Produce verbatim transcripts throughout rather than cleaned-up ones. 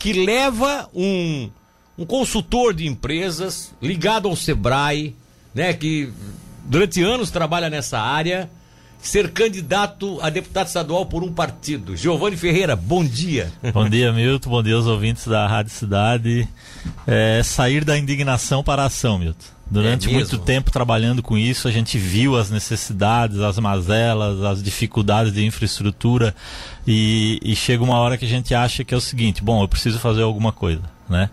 que leva um, um consultor de empresas ligado ao Sebrae, né, que durante anos trabalha nessa área, ser candidato a deputado estadual por um partido. Giovanni Ferreira, bom dia. Bom dia, Milton, bom dia aos ouvintes da Rádio Cidade. É, sair da indignação para a ação, Milton. Durante é muito tempo trabalhando com isso, a gente viu as necessidades, as mazelas, as dificuldades de infraestrutura e, e chega uma hora que a gente acha que é o seguinte: bom, eu preciso fazer alguma coisa, né?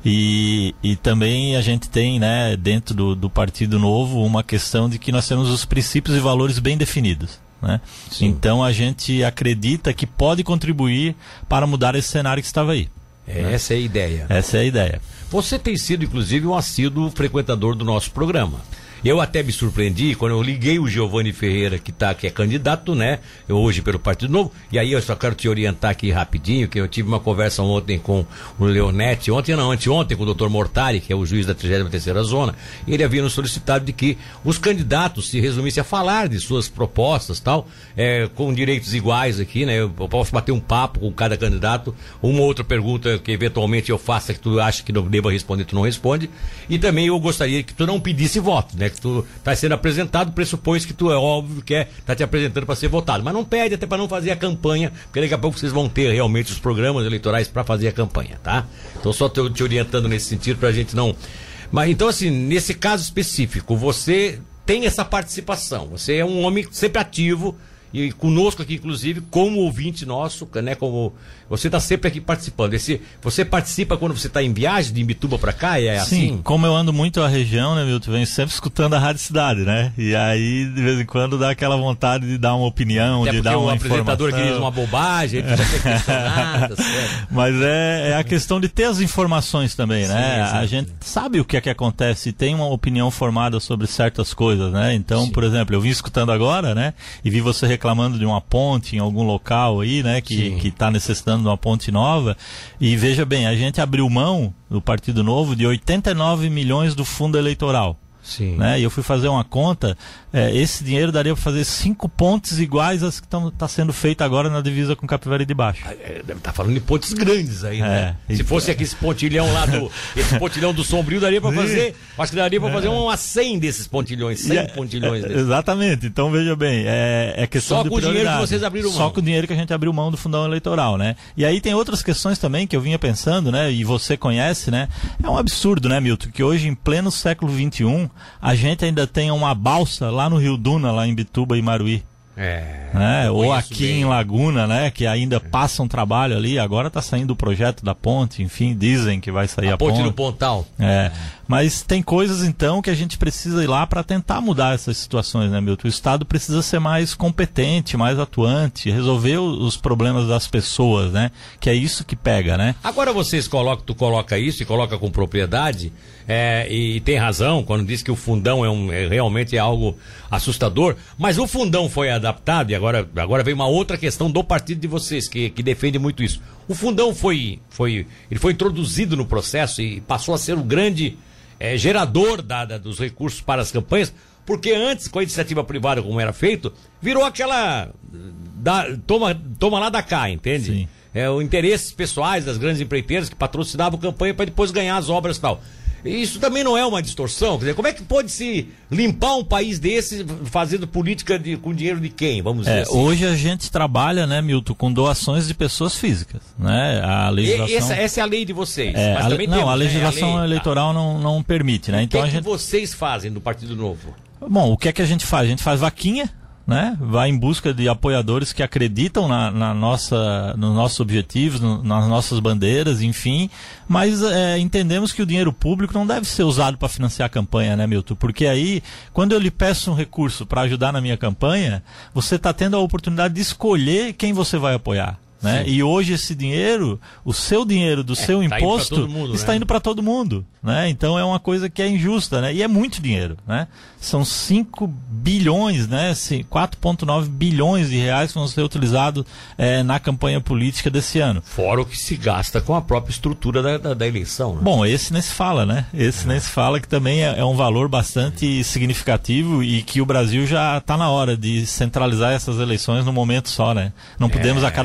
E, e também a gente tem, né, dentro do, do Partido Novo, uma questão de que nós temos os princípios e valores bem definidos, né? Então a gente acredita que pode contribuir para mudar esse cenário que estava aí. Essa é a ideia. Essa é a ideia. Você tem sido, inclusive, um assíduo frequentador do nosso programa. Eu até me surpreendi quando eu liguei o Giovanni Ferreira, que, tá, que é candidato, né, hoje pelo Partido Novo, e aí eu só quero te orientar aqui rapidinho, que eu tive uma conversa ontem com o Leonetti, ontem não, anteontem, com o doutor Mortari, que é o juiz da trigésima terceira Zona, e ele havia nos solicitado de que os candidatos se resumissem a falar de suas propostas, tal, é, com direitos iguais aqui, né, eu posso bater um papo com cada candidato, uma outra pergunta que eventualmente eu faça que tu acha que não deva responder, tu não responde, e também eu gostaria que tu não pedisse voto, né, que tu está sendo apresentado, pressupõe que tu é óbvio que é, tá te apresentando para ser votado, mas não pede até para não fazer a campanha, porque daqui a pouco vocês vão ter realmente os programas eleitorais para fazer a campanha, tá? Então só te, te orientando nesse sentido pra gente não... Mas então assim, nesse caso específico, você tem essa participação, você é um homem sempre ativo, e conosco aqui, inclusive, como ouvinte nosso, né, como você está sempre aqui participando. Esse, você participa quando você está em viagem de Imbituba para cá? É assim? Sim, como eu ando muito a região, né, Milton, venho sempre escutando a Rádio Cidade, né? E aí, de vez em quando, dá aquela vontade de dar uma opinião, até de dar uma informação. Porque o apresentador que diz uma bobagem, ele precisa ser questionado, certo? Mas é, é a questão de ter as informações também, né? Sim, a gente sabe o que é que acontece, tem uma opinião formada sobre certas coisas, né? Então, sim, por exemplo, eu vim escutando agora, né? E vi você reclamando de uma ponte em algum local aí, né? Que, que tá necessitando de uma ponte nova. E veja bem, a gente abriu mão do Partido Novo de oitenta e nove milhões do fundo eleitoral. Sim. Né? E eu fui fazer uma conta, é, esse dinheiro daria para fazer cinco pontes iguais às que estão tá sendo feitas agora na divisa com Capivari de Baixo. Deve estar tá falando de pontes grandes aí, né? É, Se então... fosse aqui esse pontilhão lá do. Esse pontilhão do Sombrio, daria para fazer. Acho que daria para fazer umas cem desses pontilhões, cem é, pontilhões desses. Exatamente, então veja bem, é, é questão Só de com o dinheiro que vocês abriram mão. Só com o dinheiro que a gente abriu mão do fundão eleitoral, né? E aí tem outras questões também que eu vinha pensando, né? E você conhece, né? É um absurdo, né, Milton? Que hoje, em pleno século vinte e um, a gente ainda tem uma balsa lá no Rio Duna, lá em Bituba e Maruí. É, né? Ou aqui bem. Em Laguna, né? Que ainda é. passa um trabalho ali. Agora está saindo o projeto da ponte, enfim, dizem que vai sair a, a ponte. ponte do Pontal. É. é. Mas tem coisas então que a gente precisa ir lá para tentar mudar essas situações, né, Milton? O Estado precisa ser mais competente, mais atuante, resolver os problemas das pessoas, né? Que é isso que pega, né? Agora vocês colocam, tu coloca isso e coloca com propriedade, é, e, e tem razão quando diz que o fundão é, um, é realmente é algo assustador, mas o fundão foi adaptado e agora, agora vem uma outra questão do partido de vocês que, que defende muito isso. O fundão foi, foi, ele foi introduzido no processo e passou a ser o grande é, gerador da, da, dos recursos para as campanhas, porque antes, com a iniciativa privada, como era feito, virou aquela da, toma, toma lá da cá, entende? Sim. É, o interesses pessoais das grandes empreiteiras que patrocinavam campanha para depois ganhar as obras e tal. Isso também não é uma distorção? Quer dizer, como é que pode se limpar um país desse fazendo política de, com dinheiro de quem? Vamos dizer é, assim. Hoje a gente trabalha, né, Milton, com doações de pessoas físicas, né? A legislação... E, essa, essa é a lei de vocês. É, mas a, também não, temos, a legislação né? a lei, eleitoral tá. não, não permite, né? Então o que, a é gente... que vocês fazem no Partido Novo? Bom, o que é que a gente faz? A gente faz vaquinha, né? Vai em busca de apoiadores que acreditam na, na nossa, nos nossos objetivos, no, nas nossas bandeiras, enfim, mas é, entendemos que o dinheiro público não deve ser usado para financiar a campanha, né, Milton? Porque aí, quando eu lhe peço um recurso para ajudar na minha campanha, você está tendo a oportunidade de escolher quem você vai apoiar. Né? E hoje esse dinheiro, o seu dinheiro do é, seu tá imposto mundo, está né? indo para todo mundo, né? Então é uma coisa que é injusta, né? E é muito dinheiro, né? São cinco bilhões, né? quatro vírgula nove bilhões de reais que vão ser utilizados é, na campanha política desse ano. Fora o que se gasta com a própria estrutura da, da, da eleição, né? Bom, esse nem se fala, né? Esse é. nem se fala, que também é, é um valor bastante significativo e que o Brasil já está na hora de centralizar essas eleições num momento só, né? Não podemos é. a cada dois anos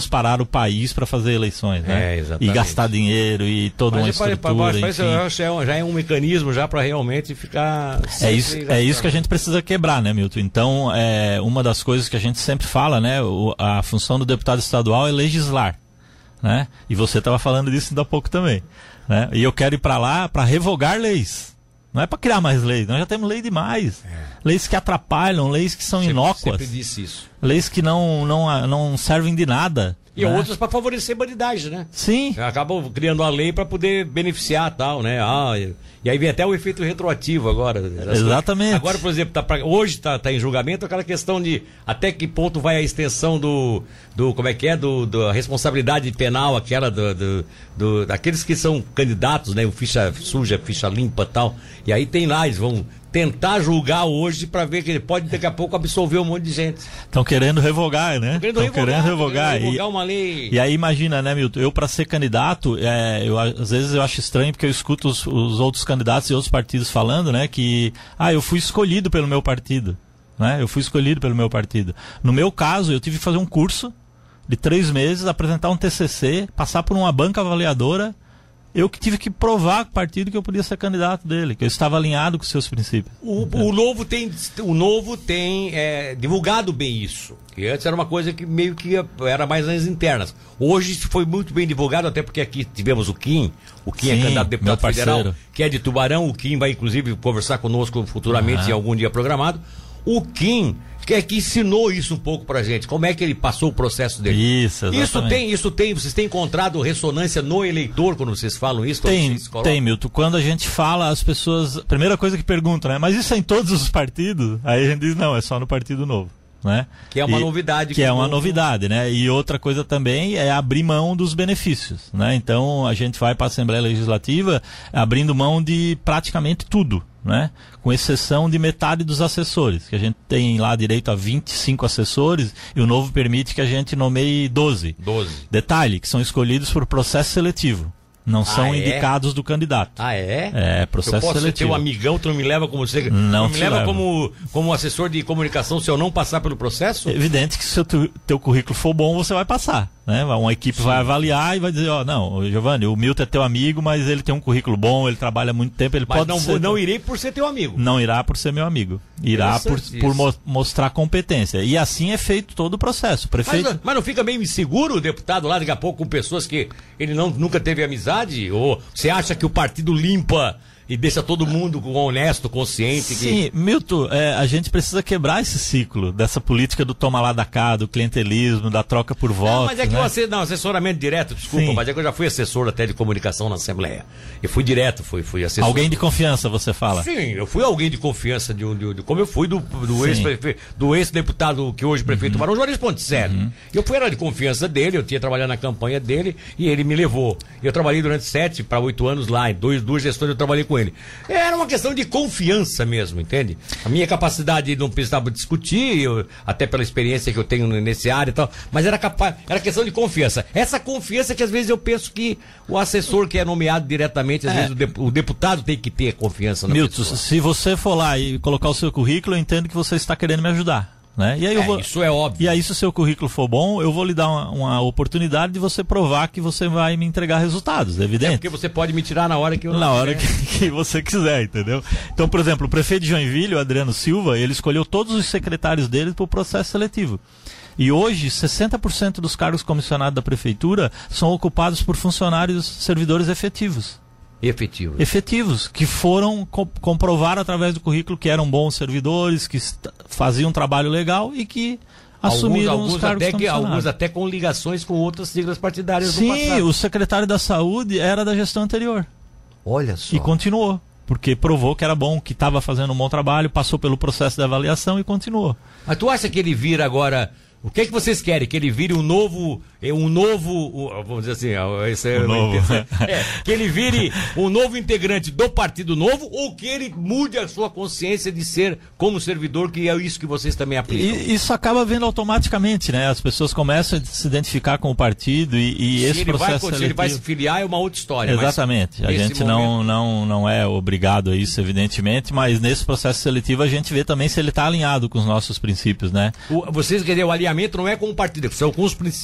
vamos parar o país para fazer eleições, né? É, exatamente. E gastar dinheiro e toda uma estrutura. Mas, mas, mas já é um mecanismo já para realmente ficar... É isso, é isso que a gente precisa quebrar, né, Milton? Então, é, uma das coisas que a gente sempre fala, né, o, a função do deputado estadual é legislar, né? E você estava falando disso ainda há pouco também, né? E eu quero ir para lá para revogar leis. Não é para criar mais leis, nós já temos lei demais. É. Leis que atrapalham, leis que são sempre, inócuas. Sempre disse isso. Leis que não, não, não servem de nada. E né? Outras para favorecer bandidagem, né? Sim. Acabam criando a lei para poder beneficiar tal, né? Ah, e aí vem até o efeito retroativo agora. Exatamente. Agora, por exemplo, tá pra, hoje está tá em julgamento aquela questão de até que ponto vai a extensão do, do como é que é, do, do a responsabilidade penal, aquela do, do, do, daqueles que são candidatos, né? O ficha suja, ficha limpa e tal. E aí tem lá, eles vão tentar julgar hoje para ver que ele pode daqui a pouco absolver um monte de gente. Estão querendo revogar, né? Estão querendo, querendo revogar. Querendo revogar uma lei. E aí imagina, né, Milton? Eu para ser candidato, é, eu, às vezes eu acho estranho porque eu escuto os, os outros candidatos e outros partidos falando, né, que ah, eu fui escolhido pelo meu partido, né? Eu fui escolhido pelo meu partido. No meu caso, eu tive que fazer um curso de três meses, apresentar um T C C, passar por uma banca avaliadora. Eu que tive que provar com o partido que eu podia ser candidato dele, que eu estava alinhado com os seus princípios. O, o Novo tem, o Novo tem é, divulgado bem isso. Que antes era uma coisa que meio que era mais nas internas. Hoje foi muito bem divulgado, até porque aqui tivemos o Kim, o Kim Sim, é candidato a deputado federal, que é de Tubarão. O Kim vai inclusive conversar conosco futuramente uhum. em algum dia programado. O Kim que é que ensinou isso um pouco pra gente, como é que ele passou o processo dele. Isso, exatamente. Isso tem, isso tem, vocês têm encontrado ressonância no eleitor quando vocês falam isso? Tem, tem, Milton. Quando a gente fala, as pessoas, primeira coisa que perguntam, né, mas isso é em todos os partidos? Aí a gente diz, não, é só no Partido Novo. Né? Que é uma e, novidade. Que, que é uma novidade, né? E outra coisa também é abrir mão dos benefícios, né? Então a gente vai para a Assembleia Legislativa abrindo mão de praticamente tudo, né? Com exceção de metade dos assessores, que a gente tem lá direito a vinte e cinco assessores e o novo permite que a gente nomeie doze. doze. Detalhe, que são escolhidos por processo seletivo. Não são ah, é? indicados do candidato. Ah, é? É, processo eu posso seletivo. ser teu amigão, tu não me leva como você. Não, não me leva leva. como, como assessor de comunicação se eu não passar pelo processo? É evidente que se o teu, teu currículo for bom, você vai passar. Né? Uma equipe Sim. vai avaliar e vai dizer, ó, oh, não, Giovanni, o Milton é teu amigo, mas ele tem um currículo bom, ele trabalha muito tempo, ele mas pode não, ser... não irei por ser teu amigo. Não irá por ser meu amigo. Irá por, por mo mostrar competência. E assim é feito todo o processo. Prefeito... Mas, mas não fica meio inseguro o deputado lá, daqui a pouco, com pessoas que ele não, nunca teve amizade? Ou você acha que o partido limpa e deixa todo mundo honesto, consciente? Sim, que... Milton, é, a gente precisa quebrar esse ciclo dessa política do toma lá da cá, do clientelismo, da troca por votos. Não, mas é que né? você, não, assessoramento direto, desculpa, Sim. mas é que eu já fui assessor até de comunicação na Assembleia. Eu fui direto, fui, fui assessor. Alguém de confiança, você fala? Sim, eu fui alguém de confiança, de, de, de como eu fui do, do ex-prefeito, do ex-deputado que hoje prefeito do uhum. Barão, Juarez Ponticelli. Uhum. Eu fui era de confiança dele, eu tinha trabalhado na campanha dele e ele me levou. Eu trabalhei durante sete para oito anos lá, em dois, duas gestões eu trabalhei com ele. Era uma questão de confiança mesmo, entende? A minha capacidade não precisava discutir, eu, até pela experiência que eu tenho nesse área e tal, mas era, capaz, era questão de confiança. Essa confiança que às vezes eu penso que o assessor que é nomeado diretamente, às é. vezes o, de, o deputado tem que ter confiança na Milton, pessoa. Se você for lá e colocar o seu currículo, eu entendo que você está querendo me ajudar. Né? E aí eu é, vou... Isso é óbvio. E aí, se o seu currículo for bom, eu vou lhe dar uma, uma oportunidade de você provar que você vai me entregar resultados, é evidente. É porque você pode me tirar na hora que eu Na hora que, que você quiser, entendeu? Então, por exemplo, o prefeito de Joinville, o Adriano Silva, ele escolheu todos os secretários dele para o processo seletivo. E hoje, sessenta por cento dos cargos comissionados da prefeitura são ocupados por funcionários servidores efetivos. Efetivos. Efetivos, que foram co comprovar através do currículo que eram bons servidores, que faziam um trabalho legal e que assumiram alguns, alguns os cargos até que, Alguns até com ligações com outras siglas partidárias Sim, do passado. o secretário da Saúde era da gestão anterior. Olha só. E continuou, porque provou que era bom, que estava fazendo um bom trabalho, passou pelo processo de avaliação e continuou. Mas tu acha que ele vira agora... O que é que vocês querem? Que ele vire um novo, um novo, vamos dizer assim, esse é, um novo. é, que ele vire um novo integrante do Partido Novo ou que ele mude a sua consciência de ser como servidor, que é isso que vocês também aplicam? E, isso acaba vendo automaticamente, né? As pessoas começam a se identificar com o partido e, e esse ele processo vai, seletivo... Se ele vai se filiar é uma outra história. Exatamente. A gente momento... não, não, não é obrigado a isso, evidentemente, mas nesse processo seletivo a gente vê também se ele está alinhado com os nossos princípios, né? O, vocês querem o alinhamento não é com o partido, são com os princípios. São com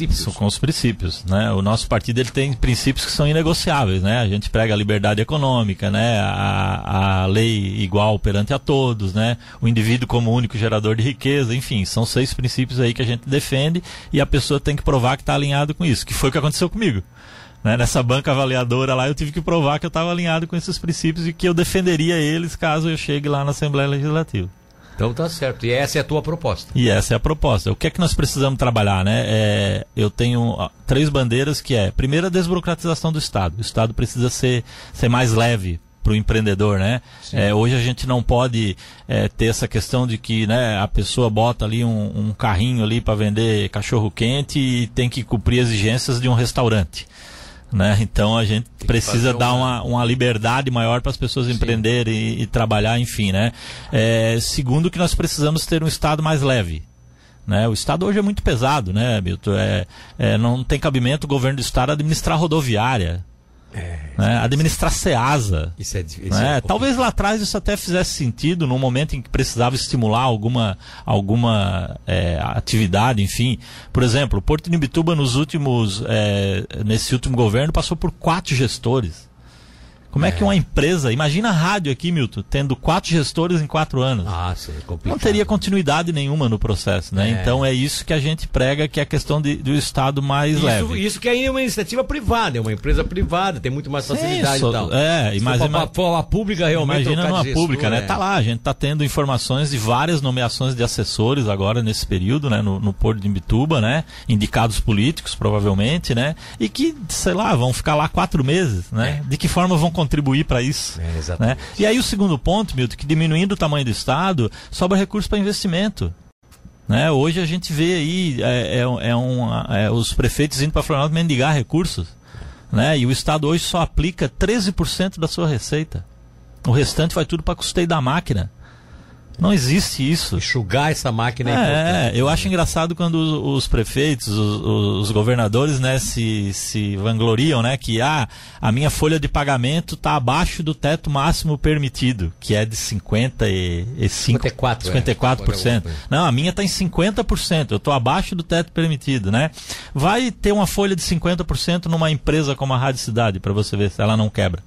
com os princípios, né? O nosso partido ele tem princípios que são inegociáveis, né? A gente prega a liberdade econômica, né? A, a lei igual perante a todos, né? O indivíduo como único gerador de riqueza, enfim, são seis princípios aí que a gente defende e a pessoa tem que provar que está alinhado com isso, que foi o que aconteceu comigo. Né? Nessa banca avaliadora lá eu tive que provar que eu estava alinhado com esses princípios e que eu defenderia eles caso eu chegue lá na Assembleia Legislativa. Então tá certo, e essa é a tua proposta. E essa é a proposta. O que é que nós precisamos trabalhar, né? É, eu tenho ó, três bandeiras que é, primeiro, a desburocratização do Estado. O Estado precisa ser, ser mais leve para o empreendedor, né? É, hoje a gente não pode é, ter essa questão de que, né, a pessoa bota ali um, um carrinho ali para vender cachorro quente e tem que cumprir exigências de um restaurante. Né? Então a gente precisa dar uma, uma liberdade maior para as pessoas Sim. empreenderem e, e trabalhar, enfim, né? É, segundo, que nós precisamos ter um Estado mais leve. Né? O Estado hoje é muito pesado, né, Milton? É, é, não tem cabimento o governo do Estado administrar rodoviária. É, né? Administrar SEASA. Isso é, isso né? é Talvez lá atrás isso até fizesse sentido, num momento em que precisava estimular alguma, alguma é, atividade, enfim. Por exemplo, o Porto de Imbituba nos últimos, é, nesse último governo passou por quatro gestores. Como é, é que uma empresa, imagina a rádio aqui, Milton, tendo quatro gestores em quatro anos. Ah, sim, é complicado. Não teria continuidade nenhuma no processo, né? É. Então é isso que a gente prega, que é a questão de, do Estado mais isso, leve. Isso que aí é uma iniciativa privada, é uma empresa privada, tem muito mais facilidade sim, so, e tal. É, imagina. For a pública realmente. Imagina numa gestor, pública, né? É. Tá lá, a gente tá tendo informações de várias nomeações de assessores agora nesse período, né? No, no Porto de Imbituba, né? Indicados políticos, provavelmente, né? E que, sei lá, vão ficar lá quatro meses, né? É. De que forma vão contribuir para isso? É, né? E aí o segundo ponto, Milton, que diminuindo o tamanho do Estado, sobra recurso para investimento. Né? Hoje a gente vê aí é, é, é um, é, os prefeitos indo para Florianópolis mendigar recursos. Né? E o Estado hoje só aplica treze por cento da sua receita. O restante vai tudo para custeio da máquina. Não existe isso. Enxugar essa máquina é, é importante. Eu acho engraçado quando os, os prefeitos, os, os governadores, né, se, se vangloriam, né, que ah, a minha folha de pagamento está abaixo do teto máximo permitido, que é de cinquenta e cinco, cinquenta e quatro por cento. É. Não, a minha está em cinquenta por cento. Eu estou abaixo do teto permitido, né? Vai ter uma folha de cinquenta por cento numa empresa como a Rádio Cidade, para você ver se ela não quebra.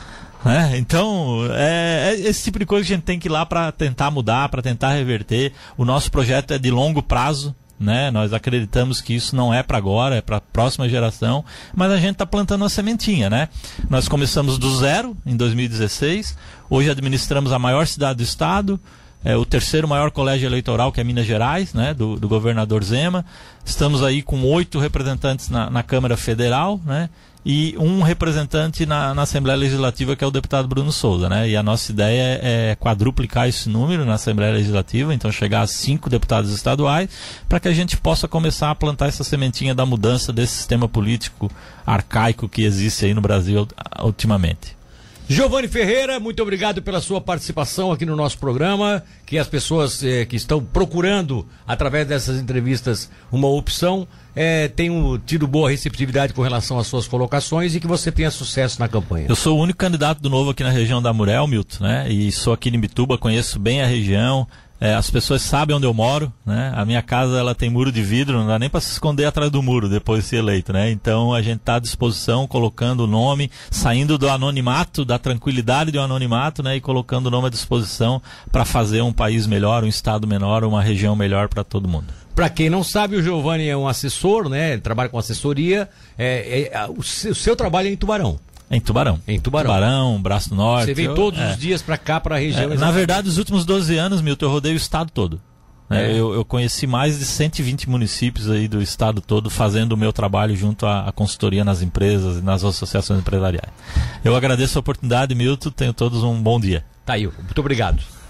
É, então, é, é esse tipo de coisa que a gente tem que ir lá para tentar mudar, para tentar reverter. O nosso projeto é de longo prazo, né? Nós acreditamos que isso não é para agora, é para a próxima geração, mas a gente está plantando uma sementinha, né? Nós começamos do zero em dois mil e dezesseis, hoje administramos a maior cidade do estado, é, o terceiro maior colégio eleitoral, que é Minas Gerais, né? do, do governador Zema. Estamos aí com oito representantes na, na Câmara Federal, né? E um representante na, na Assembleia Legislativa, que é o deputado Bruno Souza, né? E a nossa ideia é, é quadruplicar esse número na Assembleia Legislativa, então chegar a cinco deputados estaduais, para que a gente possa começar a plantar essa sementinha da mudança desse sistema político arcaico que existe aí no Brasil ultimamente. Giovanni Ferreira, muito obrigado pela sua participação aqui no nosso programa, que as pessoas eh, que estão procurando, através dessas entrevistas, uma opção, eh, tenham tido boa receptividade com relação às suas colocações e que você tenha sucesso na campanha. Eu sou o único candidato do Novo aqui na região da Amurel, Milton, né? E sou aqui em Imbituba, conheço bem a região. É, as pessoas sabem onde eu moro, né? A minha casa ela tem muro de vidro, não dá nem para se esconder atrás do muro depois de ser eleito, né? Então a gente está à disposição, colocando o nome, saindo do anonimato, da tranquilidade do anonimato, né? E colocando o nome à disposição para fazer um país melhor, um estado menor, uma região melhor para todo mundo. Para quem não sabe, o Giovanni é um assessor, né? Ele trabalha com assessoria. É, é, o, seu, o seu trabalho é em Tubarão. Em Tubarão. Em Tubarão. Tubarão, Braço Norte. Você vem eu, todos é. os dias para cá, para a região. É, na verdade, os últimos doze anos, Milton, eu rodei o estado todo. É. É, eu, eu conheci mais de cento e vinte municípios aí do estado todo fazendo o meu trabalho junto à, à consultoria nas empresas e nas associações empresariais. Eu agradeço a oportunidade, Milton. Tenham todos um bom dia. Tá aí, muito obrigado.